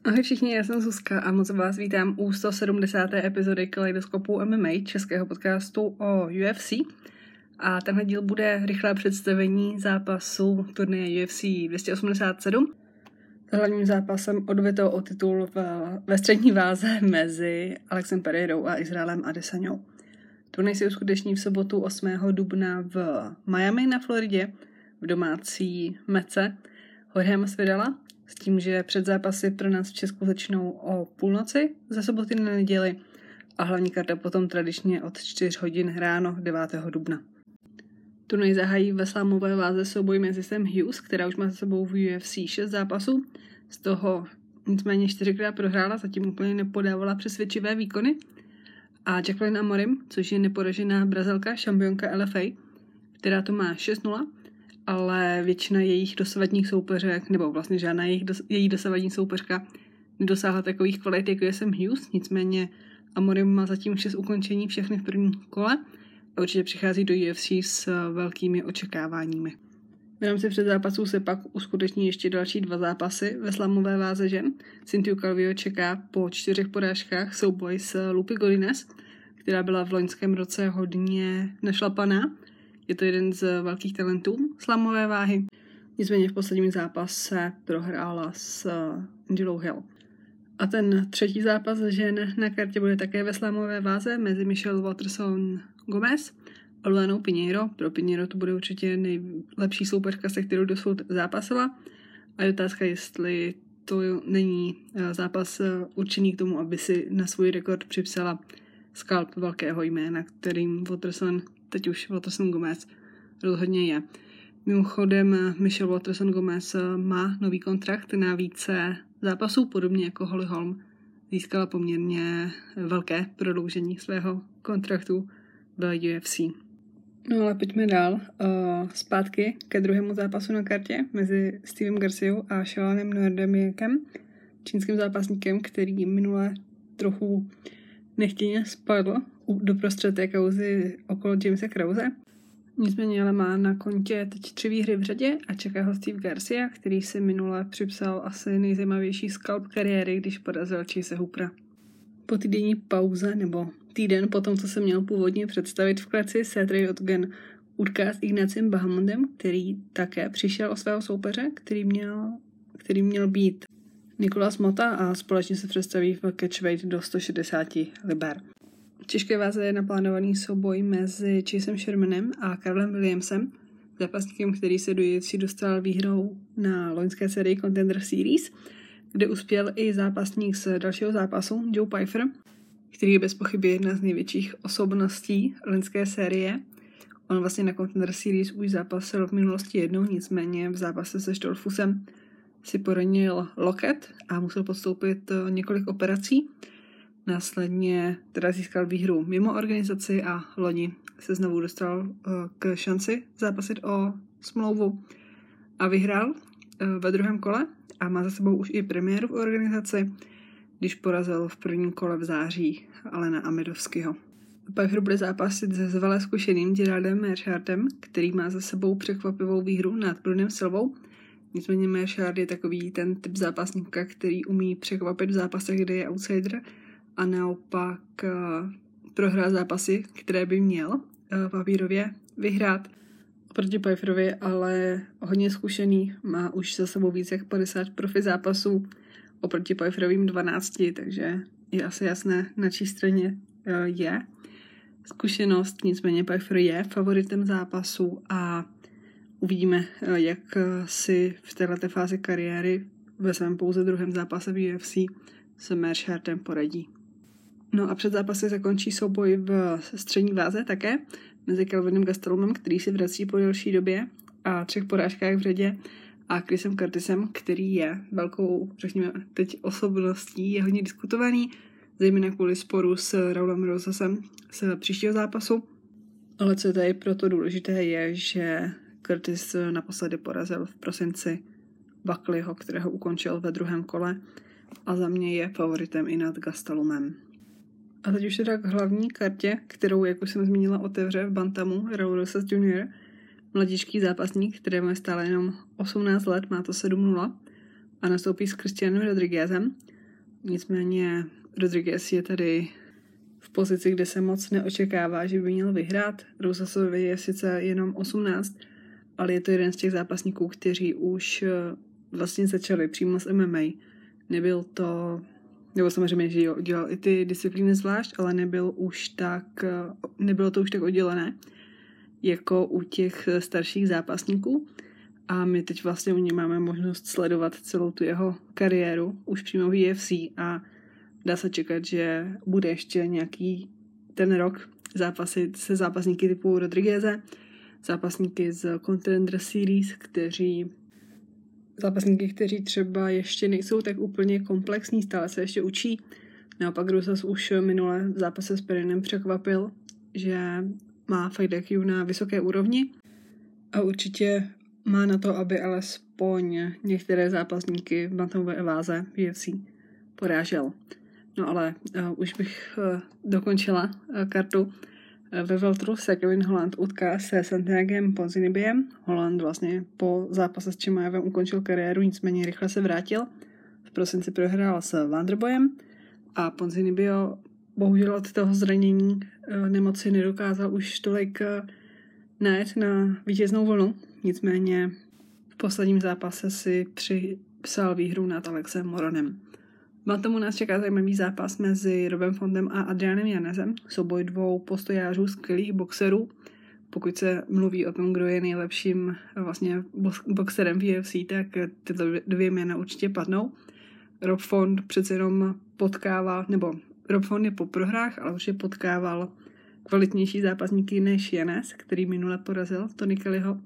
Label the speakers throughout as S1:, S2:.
S1: Ahoj všichni, já jsem Zuzka a moc vás vítám u 170. epizody Kaleidoskopu MMA, českého podcastu o UFC. A tenhle díl bude rychlé představení zápasu turnaje UFC 287. Hlavním zápasem odvetou o titul ve střední váze mezi Alexem Pereirou a Israelem Adesaňou. Turnaj se uskuteční v sobotu 8. dubna v Miami na Floridě v domácí mece Jorge Masvidala, s tím, že před zápasy pro nás v Česku začnou o půlnoci ze soboty na neděli a hlavní karta potom tradičně od 4 hodin ráno 9. dubna. Turnaj zahájí ve slámové váze souboj mezi Sam Hughes, která už má za sebou v UFC 6 zápasů, z toho nicméně 4krát prohrála, zatím úplně nepodávala přesvědčivé výkony, a Jacqueline Amorim, což je neporažená Brazilka, šampionka LFA, která to má 6-0, ale většina jejich dosavadních soupeřek, nebo vlastně žádná její dosavadní soupeřka nedosáhla takových kvalit, jako je Sam Hughes, nicméně Amorim má zatím 6 ukončení všechny v prvním kole a určitě přichází do UFC s velkými očekáváními. V rámci předzápasů se pak uskuteční ještě další 2 zápasy ve slamové váze žen. Cynthia Calvillo čeká po 4 porážkách souboj s Lupi Godinez, která byla v loňském roce hodně našlapaná. Je to jeden z velkých talentů slamové váhy. Nicméně v posledním zápase prohrála s Angelou Hill. A ten třetí zápas žen na kartě bude také ve slamové váze mezi Michelle Waterson Gomez a Luanou Pinheiro. Pro Pinheiro to bude určitě nejlepší soupeřka, se kterou dosud zápasila. A je otázka, jestli to není zápas určený k tomu, aby si na svůj rekord připsala skalp velkého jména, kterým teď už Waterson Gomez rozhodně je. Mimochodem Michelle Waterson Gomez má nový kontrakt na více zápasů, podobně jako Holly Holm získala poměrně velké prodloužení svého kontraktu v UFC. No ale pojďme dál. Zpátky ke druhému zápasu na kartě mezi Stevem Garciou a Shalanem Nuerdanbiakem, čínským zápasníkem, který minule trochu nechtěně spadl doprostřed té kauzy okolo Jamesa Krause. Nicméně ale má na kontě teď 3 výhry v řadě a čeká ho Steve Garcia, který si minule připsal asi nejzajímavější skalp kariéry, když porazil Chase Hoopera. Po týdenní pauze, nebo týden po tom, co se měl původně představit v kleci, se Trey Otgen utká s Ignaciem Bahamondem, který také přišel o svého soupeře, který měl být Nicolas Motta, a společně se představí v catchweight do 160 liber. V těžké váze je naplánovaný souboj mezi Chasem Shermanem a Carlem Williamsem, zápasníkem, který se do UFC dostal výhrou na loňské sérii Contender Series, kde uspěl i zápasník z dalšího zápasu, Joe Pyfer, který je bez pochyby jedna z největších osobností loňské série. On vlastně na Contender Series už zápasil v minulosti jednou, nicméně v zápase se Stolfusem si poranil loket a musel podstoupit několik operací. Následně teda získal výhru mimo organizaci a loni se znovu dostal k šanci zápasit o smlouvu a vyhrál ve druhém kole a má za sebou už i premiéru v organizaci, když porazil v prvním kole v září Alena Amedovského. Pyfer bude zápasit se zvele zkušeným Gerardem Meerschaertem, který má za sebou překvapivou výhru nad Brunem Silvou. Nicméně Meerschaert je takový ten typ zápasníka, který umí překvapit v zápasech, kde je outsider, a naopak prohrá zápasy, které by měl papírově vyhrát. Oproti Pyferovi ale hodně zkušený, má už za sebou víc jak 50 profi zápasů, oproti Pyferovým 12, takže je asi jasné, na čí straně je zkušenost. Nicméně Pyfer je favoritem zápasu a uvidíme, jak si v této fázi kariéry ve svém pouze druhém zápase v UFC s Meerschaertem poradí. No a před zápasy zakončí souboj v střední váze také mezi Kelvinem Gastelumem, který se vrací po delší době a 3 porážkách v řadě, a Chrisem Curtisem, který je velkou, řekněme, teď osobností, je hodně diskutovaný, zejména kvůli sporu s Raulem Rosasem z příštího zápasu. Ale co je tady proto důležité je, že Curtis naposledy porazil v prosinci Buckleyho, kterého ukončil ve druhém kole, a za mě je favoritem i nad Gastelumem. A teď už teda k hlavní kartě, kterou, jak už jsem zmínila, otevře v bantamu Raul Rosas Jr., mladíčký zápasník, který má stále jenom 18 let, má to 7-0 a nastoupí s Christianem Rodriguezem. Nicméně Rodriguez je tady v pozici, kde se moc neočekává, že by měl vyhrát. Rosasovi je sice jenom 18, ale je to jeden z těch zápasníků, kteří už vlastně začali přímo s MMA. Nebyl to, nebo samozřejmě, že dělal i ty disciplíny zvlášť, ale nebylo to už tak oddělené jako u těch starších zápasníků. A my teď vlastně u něj máme možnost sledovat celou tu jeho kariéru už přímo v UFC a dá se čekat, že bude ještě nějaký ten rok zápasit se zápasníky typu Rodrigueze, zápasníky z Contender Series, zápasníky, kteří třeba ještě nejsou tak úplně komplexní, stále se ještě učí. Naopak Rosas už minule v zápase s Perinem překvapil, že má fight IQ na vysoké úrovni a určitě má na to, aby alespoň některé zápasníky v bantamové váze v UFC porážel. No ale už bych dokončila kartu. Ve welteru se Kevin Holland utká se Santiagem Ponzinibiem. Holland vlastně po zápase s Chimaevem ukončil kariéru, nicméně rychle se vrátil. V prosinci prohrál s Wonderboyem a Ponzinibio bohužel od toho zranění nemoci nedokázal už tolik najet na vítěznou vlnu. Nicméně v posledním zápase si připsal výhru nad Alexem Moronem. Bantamu nás čeká zajímavý zápas mezi Robem Fondem a Adrianem Yanezem. Souboj dvou postojářů skvělých boxerů. Pokud se mluví o tom, kdo je nejlepším vlastně boxerem v UFC, tak tyto dvě jména určitě padnou. Rob Font přece jenom Rob Font je po prohrách, ale už je potkával kvalitnější zápasníky než Yanez, který minule porazil Tony Kellyho.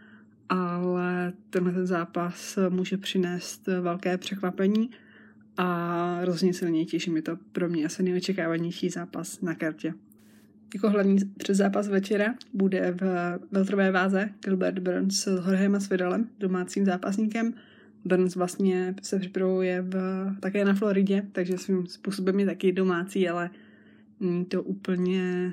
S1: Ale tenhle ten zápas může přinést velké překvapení a rozhodně se na něj těším. Je to pro mě asi nejočekávanější zápas na kartě. Jako hlavní předzápas večera bude v welterové váze Gilbert Burns s Jorgem Masvidalem, domácím zápasníkem. Burns vlastně se připravuje také na Floridě, takže svým způsobem je taky domácí, ale není to úplně,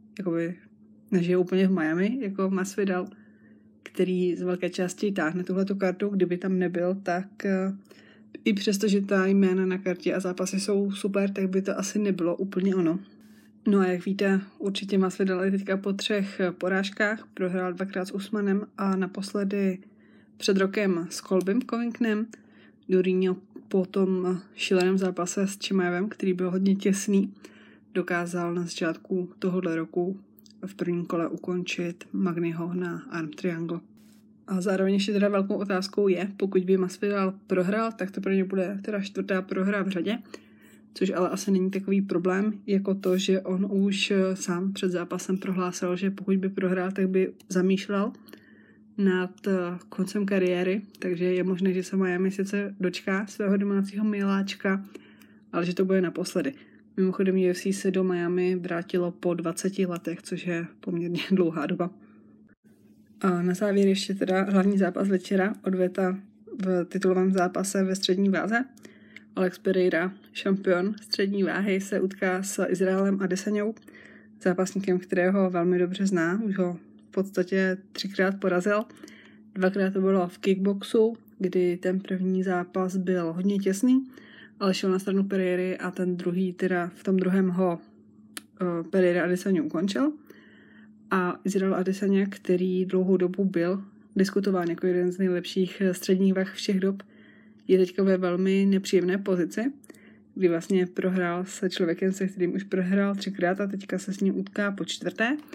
S1: nežije úplně v Miami, jako Masvidal, který z velké části táhne tuhletu kartu. Kdyby tam nebyl, tak i přesto, že ta jména na kartě a zápasy jsou super, tak by to asi nebylo úplně ono. No a jak víte, určitě Masvidal je teďka po 3 porážkách, prohrál 2krát s Usmanem a naposledy před rokem s Colbym Covingtonem. Durinho po tom šíleném zápase s Chimaevem, který byl hodně těsný, dokázal na začátku tohohle roku v prvním kole ukončit Magnyho na Arm Triangle. A zároveň ještě teda velkou otázkou je, pokud by Masvidal prohrál, tak to pro ně bude teda 4. prohra v řadě, což ale asi není takový problém, jako to, že on už sám před zápasem prohlásil, že pokud by prohrál, tak by zamýšlel nad koncem kariéry, takže je možné, že se Miami sice dočká svého domácího miláčka, ale že to bude naposledy. Mimochodem UFC se do Miami vrátilo po 20 letech, což je poměrně dlouhá doba. A na závěr ještě teda hlavní zápas večera, odveta v titulovém zápase ve střední váze. Alex Pereira, šampion střední váhy, se utká s Izraelem Adesaňou, zápasníkem, kterého velmi dobře zná, už ho v podstatě 3krát porazil. 2krát to bylo v kickboxu, kdy ten první zápas byl hodně těsný, ale šel na stranu Pereiry a ten druhý, teda v tom druhém ho Pereira Adesaňu ukončil. A Izrael Adesanya, který dlouhou dobu byl diskutován jako jeden z nejlepších středních vah všech dob, je teďka ve velmi nepříjemné pozici, kdy vlastně prohrál se člověkem, se kterým už prohrál 3krát a teďka se s ním utká po 4.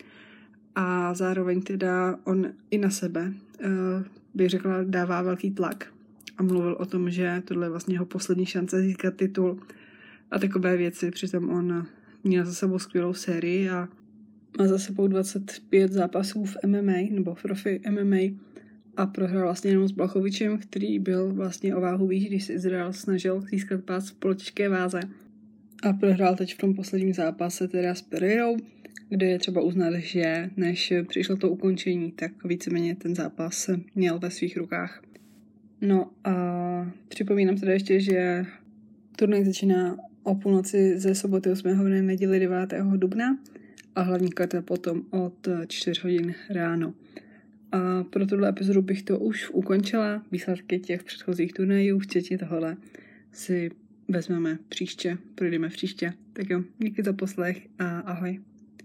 S1: A zároveň teda on i na sebe, bych řekla, dává velký tlak a mluvil o tom, že tohle je vlastně jeho poslední šance získat titul a takové věci. Přitom on měl za sebou skvělou sérii a má za sebou 25 zápasů v MMA, nebo v profi MMA a prohrál vlastně jenom s Blachowicem, který byl vlastně o váhu výš, když se Izrael snažil získat pás v polotěžké váze. A prohrál teď v tom posledním zápase teda s Pereirou, kde je třeba uznat, že než přišlo to ukončení, tak víceméně ten zápas měl ve svých rukách. No a připomínám teda ještě, že turnaj začíná o půlnoci ze soboty 8. na neděli 9. dubna a hlavní karta potom od 4 hodin ráno. A pro tuhle epizodu bych to už ukončila. Výsledky těch předchozích turnajů, včetně tohle, si vezmeme příště, projdeme příště. Tak jo, díky za poslech a ahoj.